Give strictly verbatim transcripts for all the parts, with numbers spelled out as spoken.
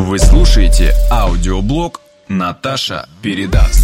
Вы слушаете аудиоблог «Наташа передаст».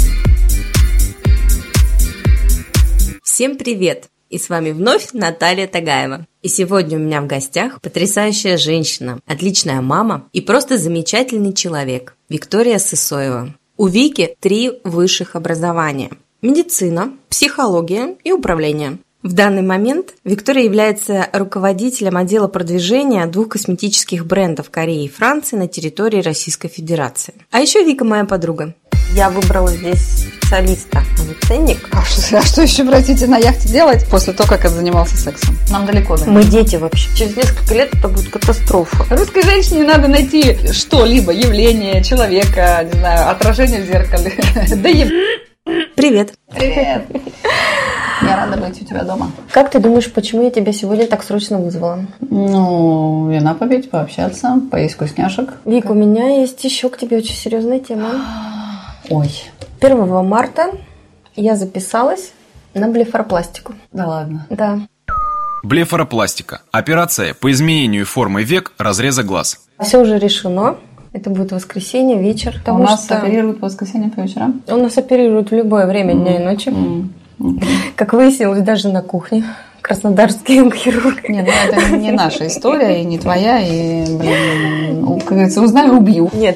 Всем привет! И с вами вновь Наталья Тагаева. И сегодня у меня в гостях потрясающая женщина, отличная мама и просто замечательный человек – Виктория Сысоева. У Вики три высших образования – медицина, психология и управление. В данный момент Виктория является руководителем отдела продвижения двух косметических брендов Кореи и Франции на территории Российской Федерации. А еще Вика моя подруга. Я выбрала здесь специалиста, а не ценник. А что, а что еще, простите, на яхте делать после того, как я занимался сексом? Нам далеко до этого. Мы дети вообще. Через несколько лет это будет катастрофа. Русской женщине надо найти что-либо, явление человека, не знаю, отражение в зеркале. Да еб... Привет. Привет. Я рада быть у тебя дома. Как ты думаешь, почему я тебя сегодня так срочно вызвала? Ну, вина попить, пообщаться, поесть вкусняшек. Вик, у меня есть еще к тебе очень серьезная тема. Ой. первого марта я записалась на блефаропластику. Да ладно? Да. Блефаропластика. Операция по изменению формы век, разреза глаз. Все уже решено. Это будет воскресенье, вечер. У нас что... оперируют по воскресеньям по вечерам? У нас оперируют в любое время дня и ночи. Mm. Mm. Как выяснилось, даже на кухне. Краснодарский хирург. Нет, ну это не наша история, и не твоя, и, блин, как говорится, узнаю, убью. Нет,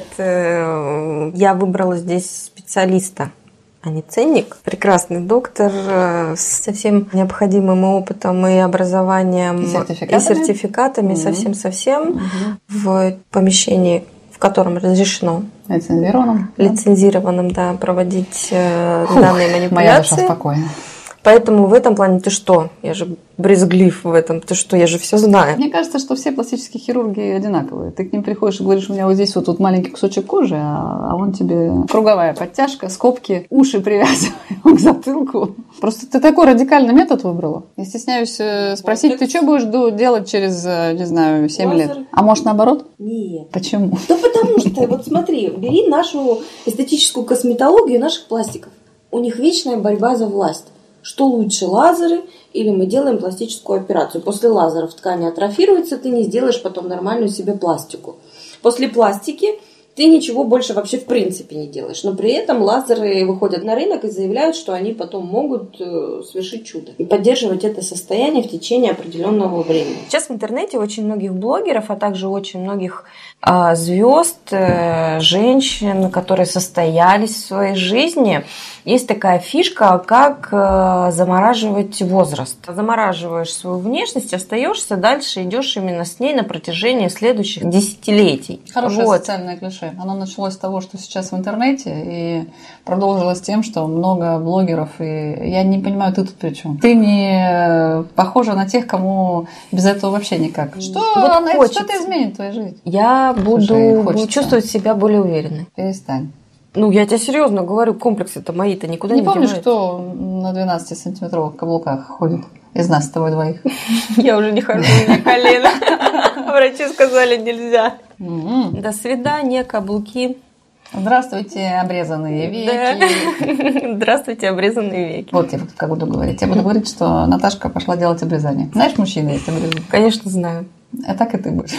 я выбрала здесь специалиста, а не ценник. Прекрасный доктор со всем необходимым опытом и образованием, и сертификатами, и сертификатами mm-hmm. совсем-совсем mm-hmm. в помещении, в котором разрешено лицензированным, лицензированным, да, проводить Фух, данные манипуляции. Моя душа спокойна. Поэтому в этом плане ты что? Я же брезглив в этом. Ты что? Я же все знаю. Мне кажется, что все пластические хирурги одинаковые. Ты к ним приходишь и говоришь, у меня вот здесь вот тут маленький кусочек кожи, а, а вон тебе круговая подтяжка, скобки, уши привязываем к затылку. Просто ты такой радикальный метод выбрала. Я стесняюсь спросить, вот ты что будешь делать через, не знаю, семь лет? А может наоборот? Нет. Почему? Да потому что, вот смотри, бери нашу эстетическую косметологию наших пластиков. У них вечная борьба за власть. Что лучше, лазеры или мы делаем пластическую операцию? После лазеров ткань атрофируется, ты не сделаешь потом нормальную себе пластику. После пластики ты ничего больше вообще в принципе не делаешь. Но при этом лазеры выходят на рынок и заявляют, что они потом могут совершить чудо. И поддерживать это состояние в течение определенного времени. Сейчас в интернете очень многих блогеров, а также очень многих э, звезд, э, женщин, которые состоялись в своей жизни, есть такая фишка, как э, замораживать возраст. Замораживаешь свою внешность, остаешься дальше, идешь именно с ней на протяжении следующих десятилетий. Хорошее вот. Социальное клише. Оно началось с того, что сейчас в интернете, и продолжилось тем, что много блогеров, и я не понимаю, ты тут при чем? Ты не похожа на тех, кому без этого вообще никак. Что, вот она, хочется. Что-то изменит в твоей жизни? Я буду, Слушай, буду чувствовать себя более уверенной. Перестань. Ну, я тебе серьезно говорю, комплексы-то мои-то никуда не не помнишь, деваются. Кто на двенадцатисантиметровых каблуках ходит из нас с тобой двоих? Я уже не хожу, у меня колено. Врачи сказали, нельзя. До свидания, каблуки. Здравствуйте, обрезанные веки. Здравствуйте, обрезанные веки. Вот я как буду говорить. Я буду говорить, что Наташка пошла делать обрезание. Знаешь, мужчины есть обрезание? Конечно, знаю. А так и ты будешь.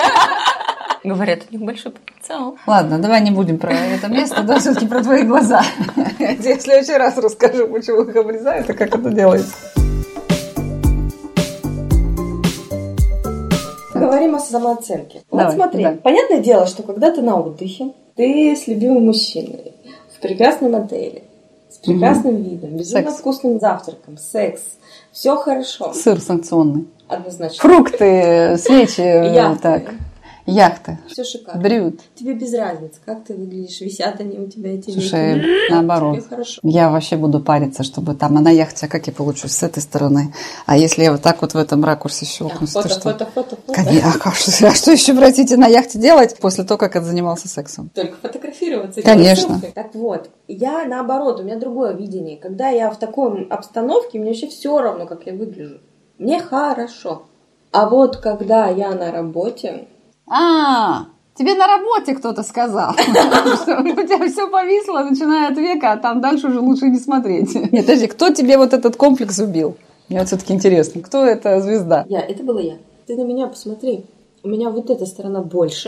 Говорят, у них большой потенциал. Ладно, давай не будем про это место, да, все-таки про твои глаза. Я тебе в следующий раз расскажу, почему их обрезают и как это делается. Говорим о самооценке. Вот Давай, смотри, да. Понятное дело, что когда ты на отдыхе, ты с любимым мужчиной, в прекрасном отеле, с прекрасным mm-hmm. видом, безумно секс. Вкусным завтраком, секс, все хорошо. Сыр санкционный. Однозначно. Фрукты, свечи, Яхты. Так. Яхта. Все шикарно. Брют. Тебе без разницы, как ты выглядишь, висят они у тебя эти вещи. Слушай, наоборот. Тебе хорошо. Я вообще буду париться, чтобы там, а на яхте, а как я получусь с этой стороны? А если я вот так вот в этом ракурсе щелкнусь, фото, то что? Фото, фото, фото. Конечно. А что еще, простите, на яхте делать после того, как занимался сексом? Только фотографироваться. Конечно. Так вот, я наоборот, у меня другое видение. Когда я в такой обстановке, мне вообще все равно, как я выгляжу. Мне хорошо. А вот когда я на работе... А, тебе на работе кто-то сказал, что у тебя все повисло, начиная от века, а там дальше уже лучше не смотреть. Нет, подожди, кто тебе вот этот комплекс убил? Мне вот все-таки интересно, кто эта звезда? Я, это была я. Ты на меня посмотри. У меня вот эта сторона больше,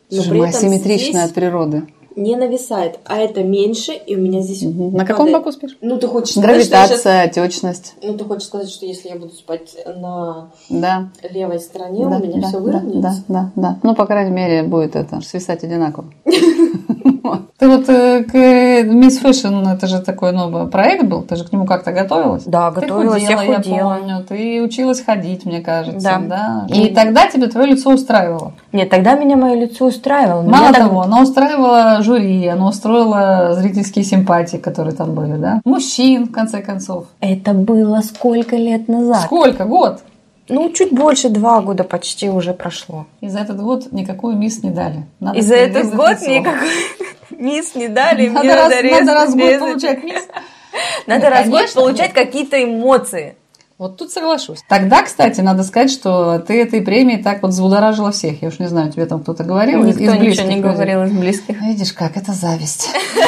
Но Слушай, при мы этом асимметричны здесь от природы. не нависает, а это меньше, и у меня здесь... Угу. На падает. каком боку спишь? Ну, ты хочешь сказать, Гравитация, что я отечность. щас- Ну, ты хочешь сказать, что если я буду спать на Да. левой стороне, Да, у меня да, все да, выровняется? да, да, да. Ну, по крайней мере, будет это свисать одинаково. Ты вот э, к Miss Fashion, это же такой новый проект был, ты же к нему как-то готовилась? Да, готовилась, Ты я худела, худела. я помню, ты училась ходить, мне кажется, Да. да? И тогда тебе твое лицо устраивало. Нет, тогда меня мое лицо устраивало. но Мало я так- того, оно устраивало жюри, оно устроило зрительские симпатии, которые там были, да? Мужчин, в конце концов. Это было сколько лет назад? Сколько? Год? Ну, чуть больше, два года почти уже прошло. И за этот год никакую мисс не дали. Надо И за этот перерезать год лицо. никакой мисс не дали. Надо мне раз, надо надо раз в год резать. получать мисс. Надо Нет, раз в год конечно, получать нет. какие-то эмоции. Вот тут соглашусь. Тогда, кстати, надо сказать, что ты этой премией так вот взбудоражила всех. Я уж не знаю, тебе там кто-то говорил из- Никто из ничего близких не людей? говорил из близких. Видишь, как это зависть.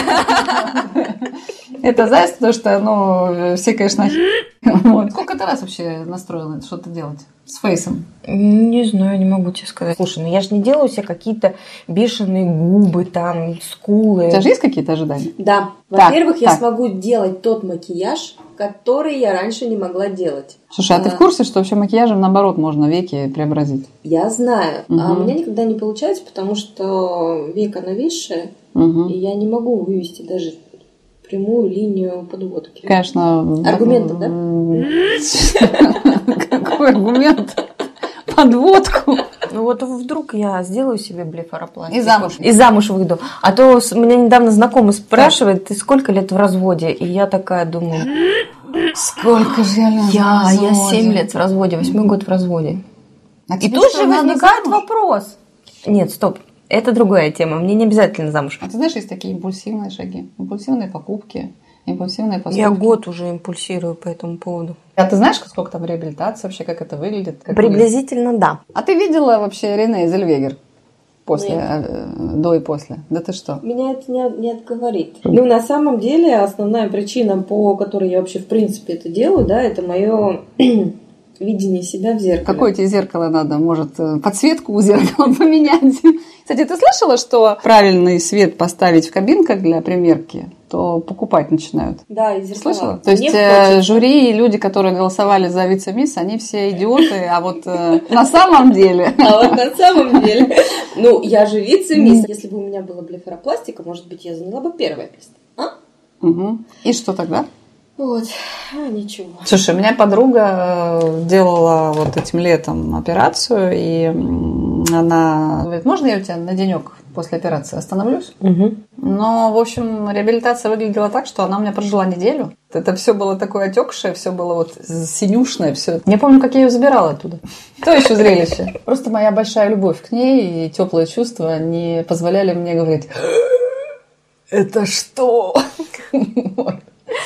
Это зависть, потому что, ну, все, конечно, вот. Сколько ты раз вообще настроила что-то делать с фейсом? Не знаю, не могу тебе сказать. Слушай, ну я же не делаю себе какие-то бешеные губы, там, скулы. У тебя же есть какие-то ожидания? Да. Так, Во-первых, я так. смогу делать тот макияж, который я раньше не могла делать. Слушай, а ты в курсе, что вообще макияжем, наоборот, можно веки преобразить? Я знаю. А у Мгм. меня никогда не получается, потому что века нависшее, Угу. и я не могу вывести даже прямую линию подводки. Конечно. Аргументы, да? Какой аргумент? Подводку. Ну вот вдруг я сделаю себе блефаропластику. И замуж. И замуж выйду. А то с- меня недавно знакомый спрашивает, ты сколько лет в разводе? И я такая думаю, Сколько же я лет я, в я разводе? семь лет в разводе, восьмой год в разводе. А И тебе тут что, же надо возникает замуж? вопрос. Нет, стоп. Это другая тема. Мне не обязательно замуж. А ты знаешь, есть такие импульсивные шаги, импульсивные покупки, импульсивные поступки. Я год уже импульсирую по этому поводу. А ты знаешь, сколько там реабилитация вообще, как это выглядит? Как Приблизительно да. выглядит? А ты видела вообще Рене Зельвегер? После, Нет. э, до и после? Да ты что? Меня это не, не отговорит. Ну, на самом деле, основная причина, по которой я вообще в принципе это делаю, да, это мое видение себя в зеркале. Какое тебе зеркало надо? Может, э, подсветку у зеркала поменять? Кстати, ты слышала, что правильный свет поставить в кабинках для примерки, то покупать начинают? Да, и зеркала. Слышала? То есть Мне э, хочется. жюри и люди, которые голосовали за вице-мисс, они все идиоты, а вот э, на самом деле... А вот на самом деле, ну, я же вице-мисс. Если бы у меня была блефаропластика, может быть, я заняла бы первое место. А? Мгм. И что тогда? Вот, а, ничего. Слушай, у меня подруга э, делала вот этим летом операцию, и м, она говорит, можно я у тебя на денек после операции остановлюсь? Угу. Но, в общем, реабилитация выглядела так, что она у меня прожила неделю. Это все было такое отекшее, все было вот синюшное, все. Я помню, как я ее забирала оттуда. То еще зрелище. Просто моя большая любовь к ней и теплые чувства не позволяли мне говорить, это что? Вот.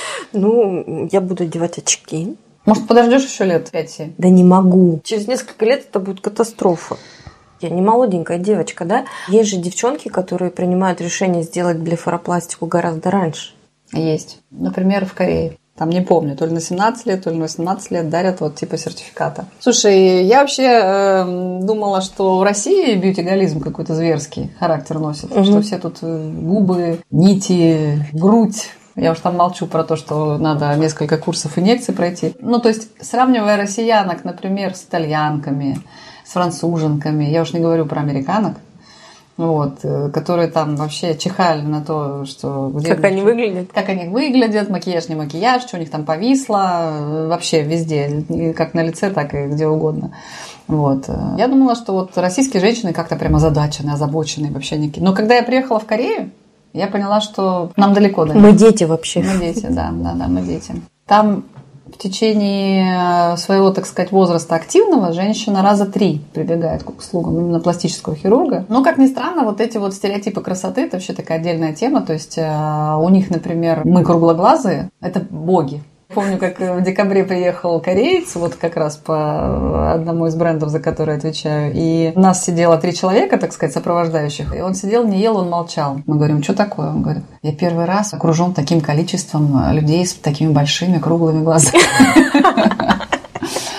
Ну, я буду одевать очки. Может, подождешь еще лет пять-семь? Да не могу. Через несколько лет это будет катастрофа. Я не молоденькая девочка, да? Есть же девчонки, которые принимают решение сделать блефаропластику гораздо раньше. Есть. Например, в Корее. Там не помню, то ли на семнадцать лет, то ли на восемнадцать лет дарят вот типа сертификата. Слушай, я вообще э, думала, что в России бьюти-гализм какой-то зверский характер носит. Мгм. Что все тут э, губы, нити, грудь. Я уж там молчу про то, что надо несколько курсов инъекций пройти. Ну, то есть, сравнивая россиянок, например, с итальянками, с француженками, я уж не говорю про американок, вот, э, которые там вообще чихали на то, что... где- Как они выглядят? как они выглядят, макияж, не макияж, что у них там повисло, э, вообще везде, и как на лице, так и где угодно. Вот. Я думала, что вот российские женщины как-то прям озадачены, озабочены вообще никакие. Но когда я приехала в Корею, я поняла, что нам далеко до них. Мы дети вообще. Мы дети, да, да, да, мы дети. Там в течение своего, так сказать, возраста активного женщина раза три прибегает к услугам именно пластического хирурга. Но, как ни странно, вот эти вот стереотипы красоты – это вообще такая отдельная тема. То есть э, у них, например, мы круглоглазые – это боги. Помню, как в декабре приехал кореец, вот как раз по одному из брендов, за который отвечаю, и у нас сидело три человека, так сказать, сопровождающих, и он сидел, не ел, он молчал. Мы говорим, что такое? Он говорит, я первый раз окружен таким количеством людей с такими большими круглыми глазами.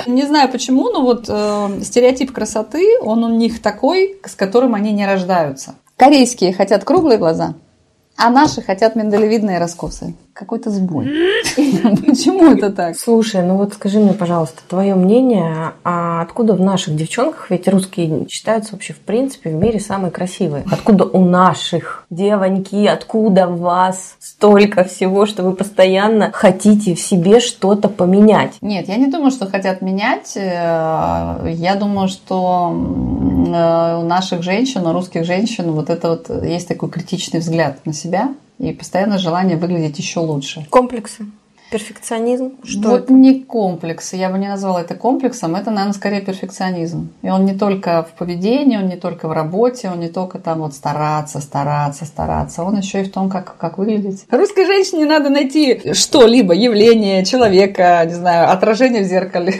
Не знаю почему, но вот э, стереотип красоты, он у них такой, с которым они не рождаются. Корейские хотят круглые глаза, а наши хотят миндалевидные раскосы. Какой-то сбой. Почему это так? Слушай, ну вот скажи мне, пожалуйста, твое мнение, а откуда в наших девчонках, ведь русские считаются вообще в принципе в мире самые красивые, откуда у наших девоньки, откуда в вас столько всего, что вы постоянно хотите в себе что-то поменять? Нет, я не думаю, что хотят менять. Я думаю, что у наших женщин, у русских женщин вот это вот есть такой критичный взгляд на себя. И постоянно желание выглядеть еще лучше. Комплексы? Перфекционизм? Что вот это? Не комплексы, я бы не назвала это комплексом, это, наверное, скорее перфекционизм. И он не только в поведении, он не только в работе, он не только там вот стараться, стараться, стараться, он еще и в том, как, как выглядеть. Русской женщине надо найти что-либо, явление человека, не знаю, отражение в зеркале.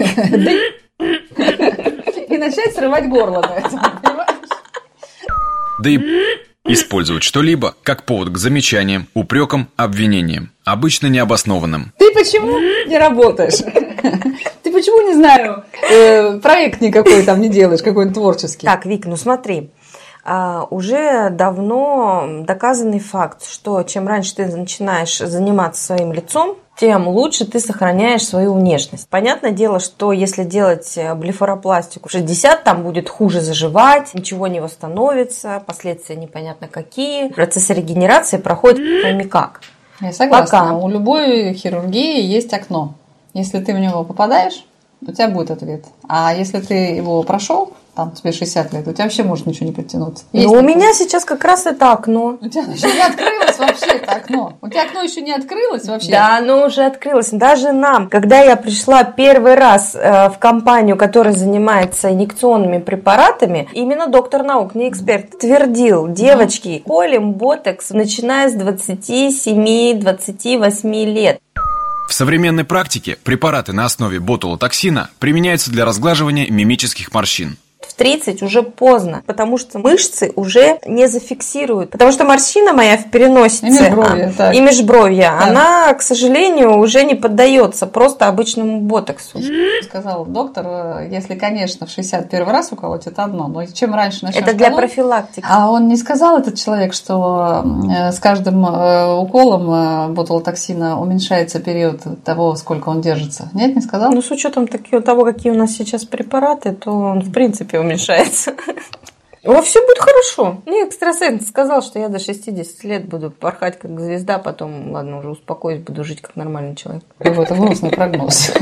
И начать срывать горло на этом, понимаешь? Да и использовать что-либо как повод к замечаниям, упрекам, обвинениям, обычно необоснованным. Ты почему не работаешь? Ты почему, не знаю, э, проект никакой там не делаешь, какой-нибудь творческий? Так, Вик, ну смотри, а, уже давно доказанный факт, что чем раньше ты начинаешь заниматься своим лицом, тем лучше ты сохраняешь свою внешность. Понятное дело, что если делать блефаропластику в шестьдесят, там будет хуже заживать, ничего не восстановится, последствия непонятно какие. Процесс регенерации проходит пойми как. Я согласна. Пока. У любой хирургии есть окно. Если ты в него попадаешь, у тебя будет ответ. А если ты его прошел, там тебе шестьдесят лет, у тебя вообще может ничего не подтянуться. Но у меня сейчас как раз это окно. У тебя еще не открылось вообще это окно. У тебя окно еще не открылось вообще. Да, оно уже открылось. Даже нам, когда я пришла первый раз в компанию, которая занимается инъекционными препаратами, именно доктор наук, не эксперт, твердил: девочки, колем ботокс, начиная с двадцати семи - двадцати восьми лет. В современной практике препараты на основе ботулотоксина применяются для разглаживания мимических морщин. В тридцать уже поздно, потому что мышцы уже не зафиксируют. Потому что морщина моя в переносице и межбровье, а, и межбровья, да. Она, к сожалению, уже не поддается просто обычному ботоксу. Сказал доктор, если, конечно, в шестьдесят первый раз уколоть, это одно, но чем раньше начнешь это для колоть, профилактики. А он не сказал, этот человек, что с каждым уколом ботулотоксина уменьшается период того, сколько он держится? Нет, не сказал? Ну, с учетом того, какие у нас сейчас препараты, то он, в принципе, уменьшается. О, все будет хорошо. Мне экстрасенс сказал, что я до шестидесяти лет буду порхать как звезда, потом, ладно, уже успокоюсь, буду жить как нормальный человек. Это грустный прогноз.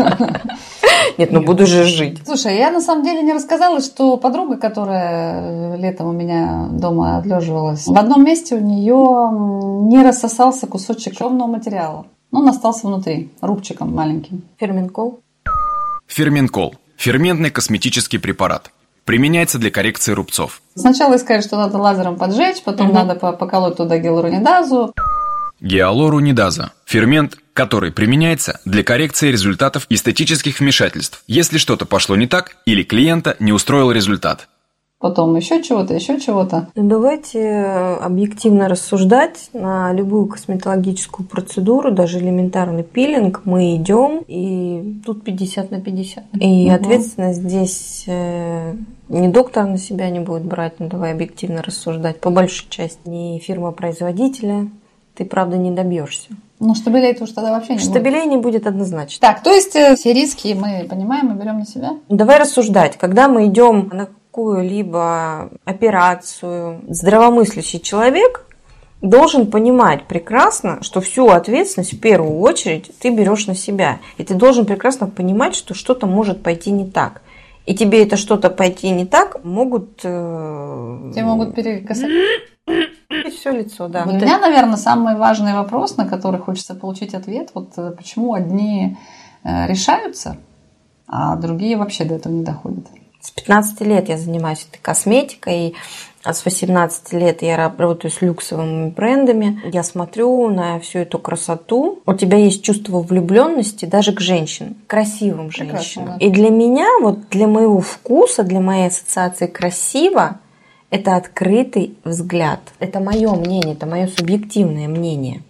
Нет, ну буду же жить. Слушай, я на самом деле не рассказала, что подруга, которая летом у меня дома отлеживалась, в одном месте у нее не рассосался кусочек шовного материала. Он остался внутри, рубчиком маленьким. Ферменкол? Ферменкол. Ферментный косметический препарат. Применяется для коррекции рубцов. Сначала искали, что надо лазером поджечь, потом угу. надо поколоть туда гиалуронидазу. Гиалуронидаза – фермент, который применяется для коррекции результатов эстетических вмешательств, если что-то пошло не так или клиента не устроил результат. Потом еще чего-то, еще чего-то. Давайте объективно рассуждать. На любую косметологическую процедуру, даже элементарный пилинг, мы идем, и тут пятьдесят на пятьдесят. И угу. ответственность здесь не доктор на себя не будет брать, ну давай объективно рассуждать, по большей части, не фирма-производителя. Ты, правда, не добьешься. Ну, штабелей-то уж тогда вообще не будет. Штабелей не будет однозначно. Так, то есть все риски мы понимаем и берем на себя? Давай рассуждать. Когда мы идем на какую-либо операцию, здравомыслящий человек должен понимать прекрасно, что всю ответственность в первую очередь ты берешь на себя. И ты должен прекрасно понимать, что что-то может пойти не так. И тебе это что-то пойти не так могут... Тебе могут перекосать. Все лицо, да. Для вот меня, это... наверное, самый важный вопрос, на который хочется получить ответ, вот почему одни решаются, а другие вообще до этого не доходят. С пятнадцати лет я занимаюсь этой косметикой, а с восемнадцати лет я работаю с люксовыми брендами. Я смотрю на всю эту красоту. У тебя есть чувство влюбленности даже к женщинам, красивым женщинам. Прекрасно. И для меня, вот для моего вкуса, для моей ассоциации красиво, это открытый взгляд. Это мое мнение, это мое субъективное мнение.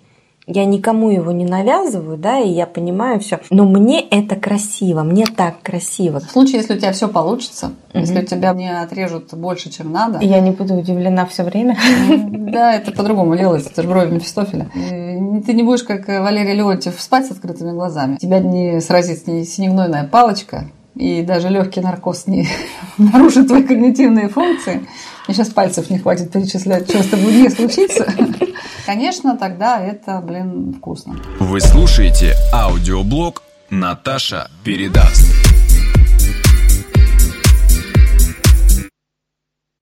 Я никому его не навязываю, да, и я понимаю все. Но мне это красиво, мне так красиво. В случае, если у тебя все получится, Мгм. если у тебя не отрежут больше, чем надо, Я не буду удивлена все время. да, это по-другому делается, это же брови Мефистофеля. И ты не будешь, как Валерий Леонтьев, спать с открытыми глазами. Тебя не сразит ни синегнойная палочка, и даже легкий наркоз не нарушит твои когнитивные функции. Мне сейчас пальцев не хватит перечислять, что с тобой не случится. Конечно, тогда это, блин, вкусно. Вы слушаете аудиоблог «Наташа передаст».